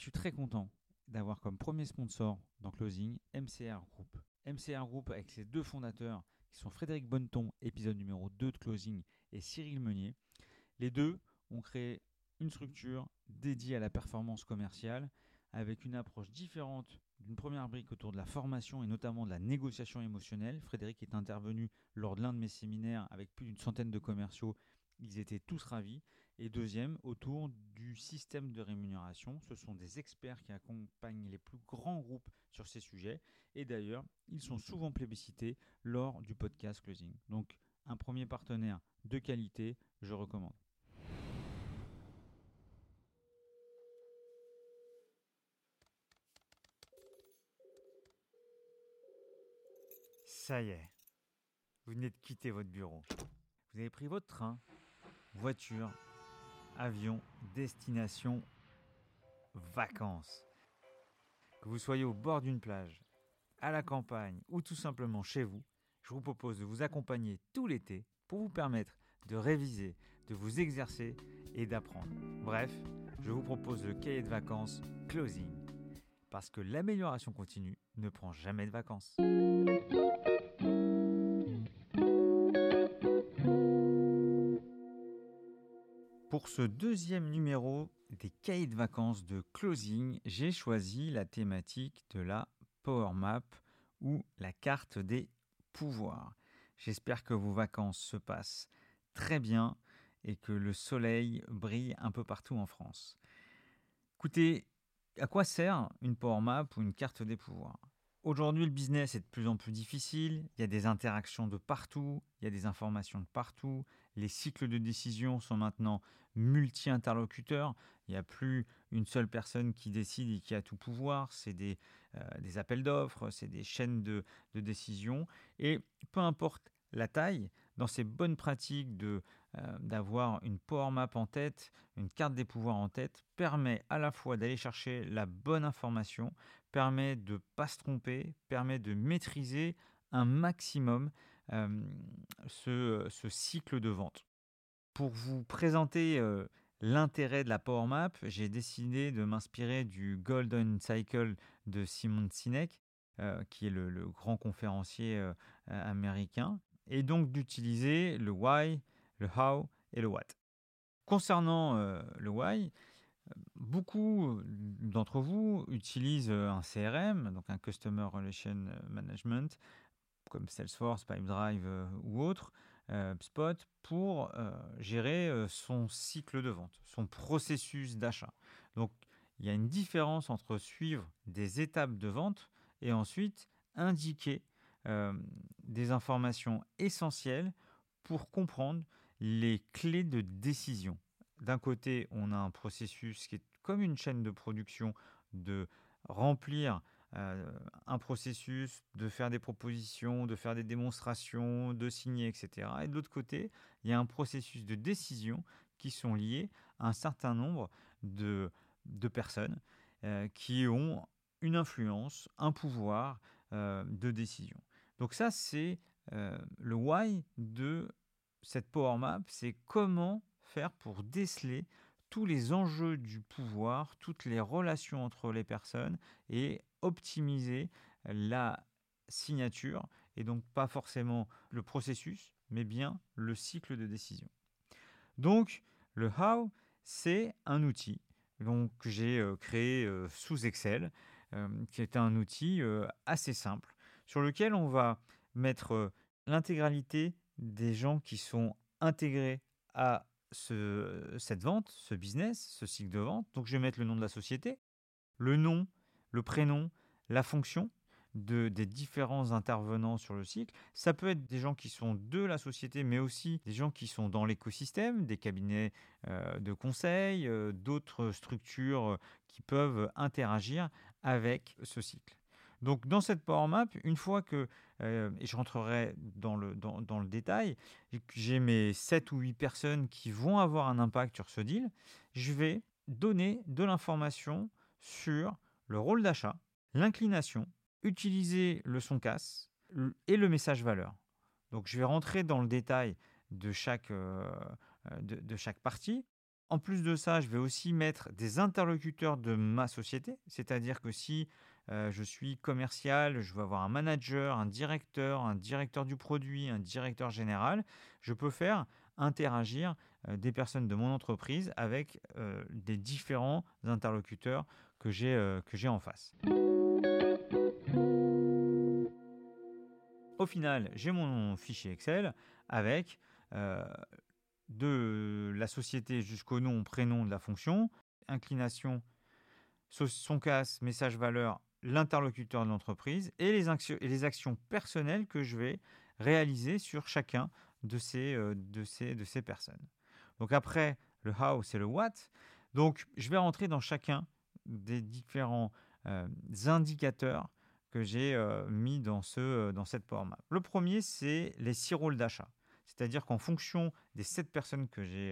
suis très content d'avoir comme premier sponsor dans Closing MCR Group. MCR Group avec ses deux fondateurs qui sont Frédéric Bonneton, épisode numéro 2 de Closing, et Cyril Meunier. Les deux ont créé une structure dédiée à la performance commerciale avec une approche différente d'une première brique autour de la formation et notamment de la négociation émotionnelle. Frédéric est intervenu lors de l'un de mes séminaires avec plus d'une centaine de commerciaux. Ils étaient tous ravis. Et deuxième, autour du système de rémunération. Ce sont des experts qui accompagnent les plus grands groupes sur ces sujets. Et d'ailleurs, ils sont souvent plébiscités lors du podcast Closing. Donc, un premier partenaire de qualité, je recommande. Ça y est, vous venez de quitter votre bureau. Vous avez pris votre train, voiture, avion, destination, vacances. Que vous soyez au bord d'une plage, à la campagne ou tout simplement chez vous, je vous propose de vous accompagner tout l'été pour vous permettre de réviser, de vous exercer et d'apprendre. Bref, je vous propose le cahier de vacances Closing. Parce que l'amélioration continue ne prend jamais de vacances. Pour ce deuxième numéro des cahiers de vacances de Closing, j'ai choisi la thématique de la Power Map ou la carte des pouvoirs. J'espère que vos vacances se passent très bien et que le soleil brille un peu partout en France. Écoutez, à quoi sert une Power Map ou une carte des pouvoirs ? Aujourd'hui, le business est de plus en plus difficile, il y a des interactions de partout, il y a des informations de partout, les cycles de décision sont maintenant multi-interlocuteurs, il n'y a plus une seule personne qui décide et qui a tout pouvoir, c'est des appels d'offres, c'est des chaînes de décision, et peu importe la taille, dans ces bonnes pratiques d'avoir une power map en tête, une carte des pouvoirs en tête, permet à la fois d'aller chercher la bonne information, permet de ne pas se tromper, permet de maîtriser un maximum ce cycle de vente. Pour vous présenter l'intérêt de la Power Map, j'ai décidé de m'inspirer du Golden Cycle de Simon Sinek, qui est le grand conférencier américain, et donc d'utiliser le why, le how et le what. Concernant le why, beaucoup d'entre vous utilisent un CRM, donc un Customer Relation Management, comme Salesforce, Pipedrive ou autre, Spot, pour gérer son cycle de vente, son processus d'achat. Donc, il y a une différence entre suivre des étapes de vente et ensuite indiquer des informations essentielles pour comprendre les clés de décision. D'un côté, on a un processus qui est comme une chaîne de production de remplir un processus, de faire des propositions, de faire des démonstrations, de signer, etc. Et de l'autre côté, il y a un processus de décision qui sont liés à un certain nombre de personnes qui ont une influence, un pouvoir de décision. Donc ça, c'est le why de cette Power Map, c'est comment faire pour déceler tous les enjeux du pouvoir, toutes les relations entre les personnes et optimiser la signature et donc pas forcément le processus, mais bien le cycle de décision. Donc, le how, c'est un outil que j'ai créé sous Excel, qui est un outil assez simple, sur lequel on va mettre l'intégralité des gens qui sont intégrés à cette vente, ce business, ce cycle de vente. Donc, je vais mettre le nom de la société, le nom, le prénom, la fonction des différents intervenants sur le cycle. Ça peut être des gens qui sont de la société, mais aussi des gens qui sont dans l'écosystème, des cabinets de conseil, d'autres structures qui peuvent interagir avec ce cycle. Donc dans cette Power Map, une fois que, et je rentrerai dans le détail, j'ai mes 7 ou 8 personnes qui vont avoir un impact sur ce deal, je vais donner de l'information sur le rôle d'achat, l'inclination, utiliser le son casse et le message valeur. Donc je vais rentrer dans le détail de chaque partie. En plus de ça, je vais aussi mettre des interlocuteurs de ma société. C'est-à-dire que si, je suis commercial, je vais avoir un directeur du produit, un directeur général. Je peux faire interagir, des personnes de mon entreprise avec, des différents interlocuteurs que j'ai en face. Au final, j'ai mon fichier Excel avec, heu, de la société jusqu'au nom, prénom de la fonction, inclination, son CAS, message valeur, l'interlocuteur de l'entreprise et les actions personnelles que je vais réaliser sur chacun de ces personnes. Donc après, le how, c'est le what. Donc je vais rentrer dans chacun des différents indicateurs que j'ai mis dans cette Power Map. Le premier, c'est les 6 rôles d'achat. C'est-à-dire qu'en fonction des 7 personnes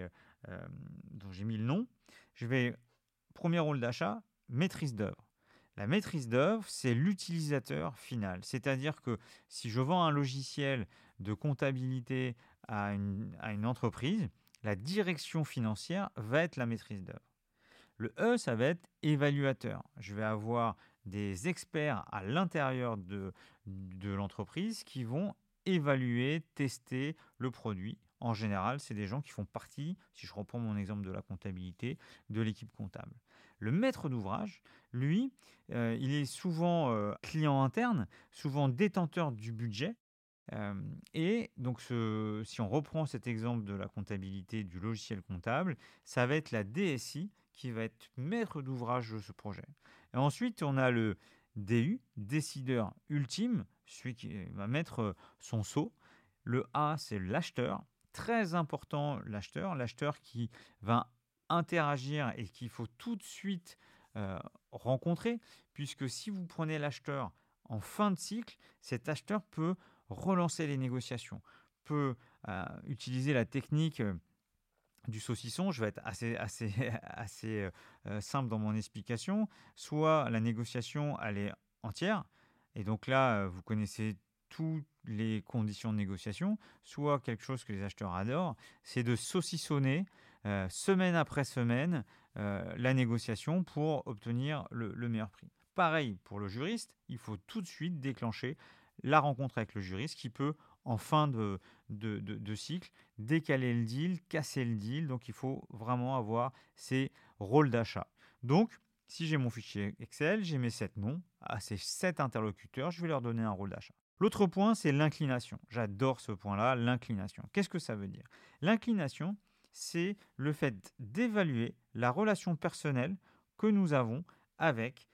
dont j'ai mis le nom, je vais, premier rôle d'achat, maîtrise d'œuvre. La maîtrise d'œuvre, c'est l'utilisateur final. C'est-à-dire que si je vends un logiciel de comptabilité à une entreprise, la direction financière va être la maîtrise d'œuvre. Le E, ça va être évaluateur. Je vais avoir des experts à l'intérieur de l'entreprise qui vont évaluer, tester le produit. En général, c'est des gens qui font partie, si je reprends mon exemple de la comptabilité, de l'équipe comptable. Le maître d'ouvrage, lui, il est souvent client interne, souvent détenteur du budget. Et donc, si on reprend cet exemple de la comptabilité du logiciel comptable, ça va être la DSI qui va être maître d'ouvrage de ce projet. Et ensuite, on a le DU, décideur ultime, celui qui va mettre son sceau. Le A, c'est l'acheteur. Très important, l'acheteur qui va interagir et qu'il faut tout de suite rencontrer, puisque si vous prenez l'acheteur en fin de cycle, cet acheteur peut relancer les négociations, peut utiliser la technique du saucisson. Je vais être assez simple dans mon explication. Soit la négociation, elle est entière, et donc là, vous connaissez toutes les conditions de négociation, soit quelque chose que les acheteurs adorent, c'est de saucissonner semaine après semaine la négociation pour obtenir le meilleur prix. Pareil pour le juriste, il faut tout de suite déclencher la rencontre avec le juriste qui peut, en fin de cycle, décaler le deal, casser le deal. Donc, il faut vraiment avoir ces rôles d'achat. Donc, si j'ai mon fichier Excel, j'ai mes 7 noms à ces 7 interlocuteurs, je vais leur donner un rôle d'achat. L'autre point, c'est l'inclination. J'adore ce point-là, l'inclination. Qu'est-ce que ça veut dire? L'inclination, c'est le fait d'évaluer la relation personnelle que nous avons avec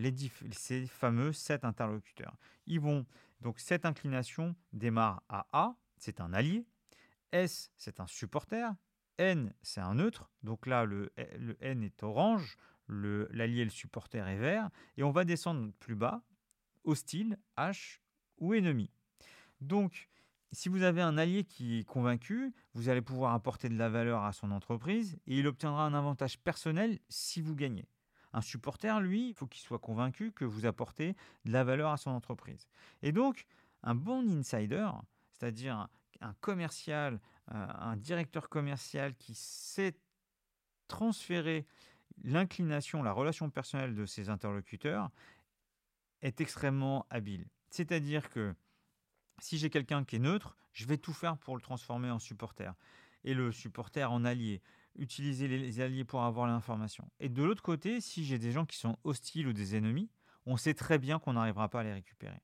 ces fameux 7 interlocuteurs. Donc, cette inclination démarre à A, c'est un allié. S, c'est un supporter. N, c'est un neutre. Donc là, le N est orange. L'allié, le supporter est vert. Et on va descendre plus bas, hostile, H ou ennemi. Donc, si vous avez un allié qui est convaincu, vous allez pouvoir apporter de la valeur à son entreprise et il obtiendra un avantage personnel si vous gagnez. Un supporter, lui, il faut qu'il soit convaincu que vous apportez de la valeur à son entreprise. Et donc, un bon insider, c'est-à-dire un commercial, un directeur commercial qui sait transférer l'inclination, la relation personnelle de ses interlocuteurs, est extrêmement habile. C'est-à-dire que si j'ai quelqu'un qui est neutre, je vais tout faire pour le transformer en supporter. Et le supporter en allié. Utiliser les alliés pour avoir l'information. Et de l'autre côté, si j'ai des gens qui sont hostiles ou des ennemis, on sait très bien qu'on n'arrivera pas à les récupérer.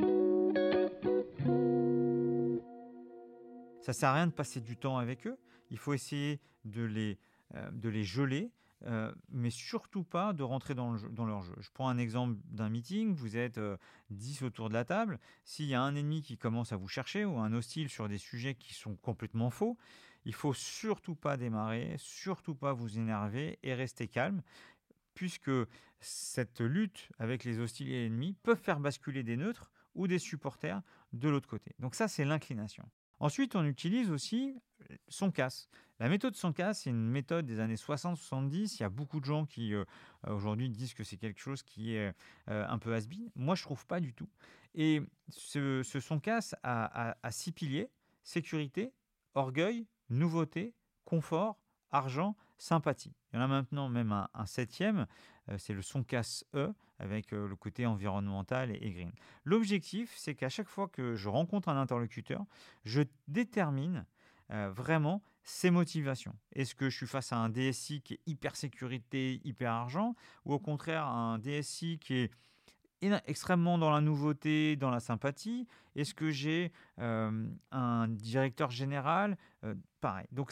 Ça ne sert à rien de passer du temps avec eux. Il faut essayer de les geler, mais surtout pas de rentrer dans leur jeu. Je prends un exemple d'un meeting. Vous êtes 10 autour de la table. S'il y a un ennemi qui commence à vous chercher ou un hostile sur des sujets qui sont complètement faux, il faut surtout pas démarrer, surtout pas vous énerver et rester calme, puisque cette lutte avec les hostiles et ennemis peut faire basculer des neutres ou des supporters de l'autre côté. Donc ça, c'est l'inclination. Ensuite, on utilise aussi son casse. La méthode son casse, c'est une méthode des années 60-70. Il y a beaucoup de gens qui aujourd'hui disent que c'est quelque chose qui est un peu has-been. Moi, je ne trouve pas du tout. Et ce son casse a 6 piliers: sécurité, orgueil, nouveauté, confort, argent, sympathie. Il y en a maintenant même un septième, c'est le Soncas E, avec le côté environnemental et green. L'objectif, c'est qu'à chaque fois que je rencontre un interlocuteur, je détermine vraiment ses motivations. Est-ce que je suis face à un DSI qui est hyper sécurité, hyper argent, ou au contraire un DSI qui est extrêmement dans la nouveauté, dans la sympathie? Est-ce que j'ai un directeur général? Pareil. Donc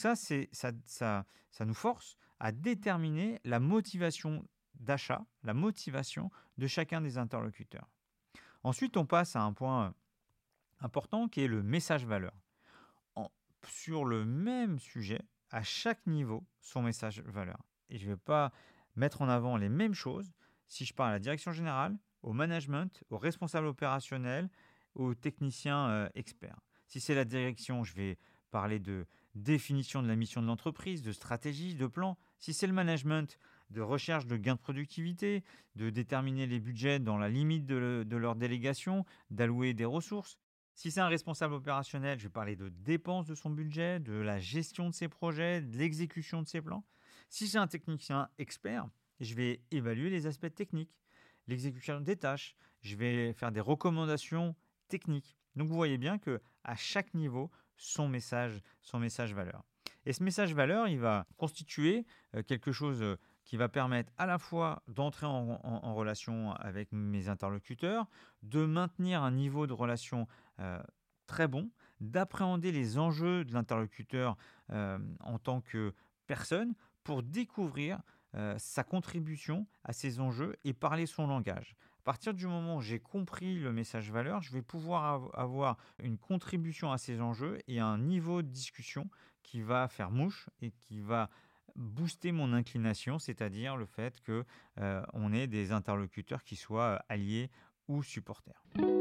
ça nous force à déterminer la motivation d'achat, la motivation de chacun des interlocuteurs. Ensuite, on passe à un point important qui est le message valeur. En- Sur le même sujet, à chaque niveau, son message valeur. Et je ne vais pas mettre en avant les mêmes choses si je parle à la direction générale, au management, aux responsables opérationnels, aux techniciens experts. Si c'est la direction, je vais parler de définition de la mission de l'entreprise, de stratégie, de plan. Si c'est le management, de recherche de gains de productivité, de déterminer les budgets dans la limite de leur délégation, d'allouer des ressources. Si c'est un responsable opérationnel, je vais parler de dépenses de son budget, de la gestion de ses projets, de l'exécution de ses plans. Si c'est un technicien expert, je vais évaluer les aspects techniques, l'exécution des tâches, je vais faire des recommandations techniques. Donc vous voyez bien que à chaque niveau, son message valeur. Et ce message valeur, il va constituer quelque chose qui va permettre à la fois d'entrer en relation avec mes interlocuteurs, de maintenir un niveau de relation très bon, d'appréhender les enjeux de l'interlocuteur en tant que personne pour découvrir sa contribution à ces enjeux et parler son langage. À partir du moment où j'ai compris le message valeur, je vais pouvoir avoir une contribution à ces enjeux et un niveau de discussion qui va faire mouche et qui va booster mon inclination, c'est-à-dire le fait que on ait des interlocuteurs qui soient alliés ou supporters.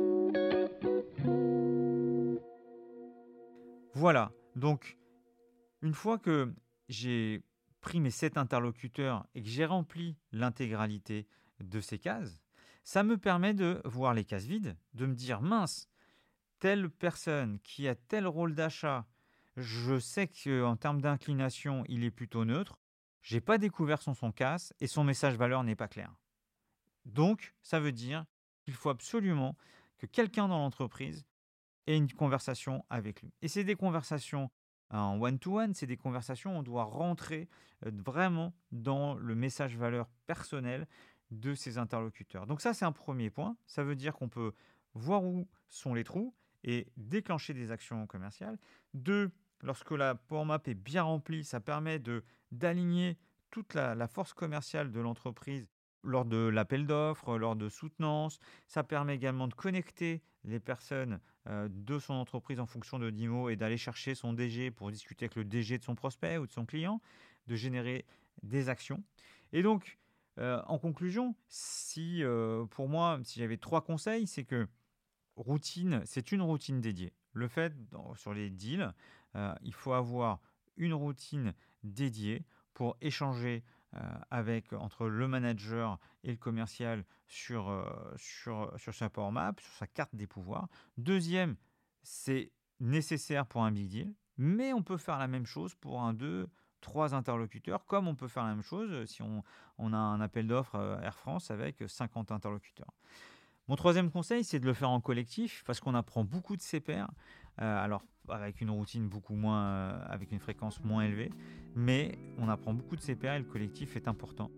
Voilà, donc une fois que j'ai pris mes 7 interlocuteurs et que j'ai rempli l'intégralité de ces cases, ça me permet de voir les cases vides, de me dire mince, telle personne qui a tel rôle d'achat, je sais qu'en termes d'inclination, il est plutôt neutre, j'ai pas découvert son casse et son message valeur n'est pas clair. Donc, ça veut dire qu'il faut absolument que quelqu'un dans l'entreprise ait une conversation avec lui. Et c'est des conversations en one-to-one, c'est des conversations où on doit rentrer vraiment dans le message valeur personnel de ses interlocuteurs. Donc ça, c'est un premier point. Ça veut dire qu'on peut voir où sont les trous et déclencher des actions commerciales. Deux, lorsque la Power Map est bien remplie, ça permet d'aligner toute la force commerciale de l'entreprise lors de l'appel d'offres, lors de soutenance. Ça permet également de connecter les personnes de son entreprise en fonction de DIMO et d'aller chercher son DG pour discuter avec le DG de son prospect ou de son client, de générer des actions. Et donc, en conclusion, pour moi, si j'avais 3 conseils, c'est que routine, c'est une routine dédiée. Le fait, sur les deals, il faut avoir une routine dédiée pour échanger entre le manager et le commercial sur sa power map, sur sa carte des pouvoirs. Deuxième, c'est nécessaire pour un big deal, mais on peut faire la même chose pour un, deux, trois interlocuteurs, comme on peut faire la même chose si on a un appel d'offres Air France avec 50 interlocuteurs. Mon troisième conseil, c'est de le faire en collectif parce qu'on apprend beaucoup de ses pairs, alors avec une routine beaucoup moins, avec une fréquence moins élevée, mais on apprend beaucoup de ses pairs et le collectif est important.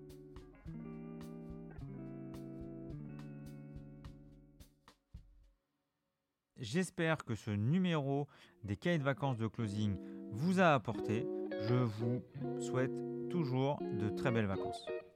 J'espère que ce numéro des cahiers de vacances de closing vous a apporté. Je vous souhaite toujours de très belles vacances.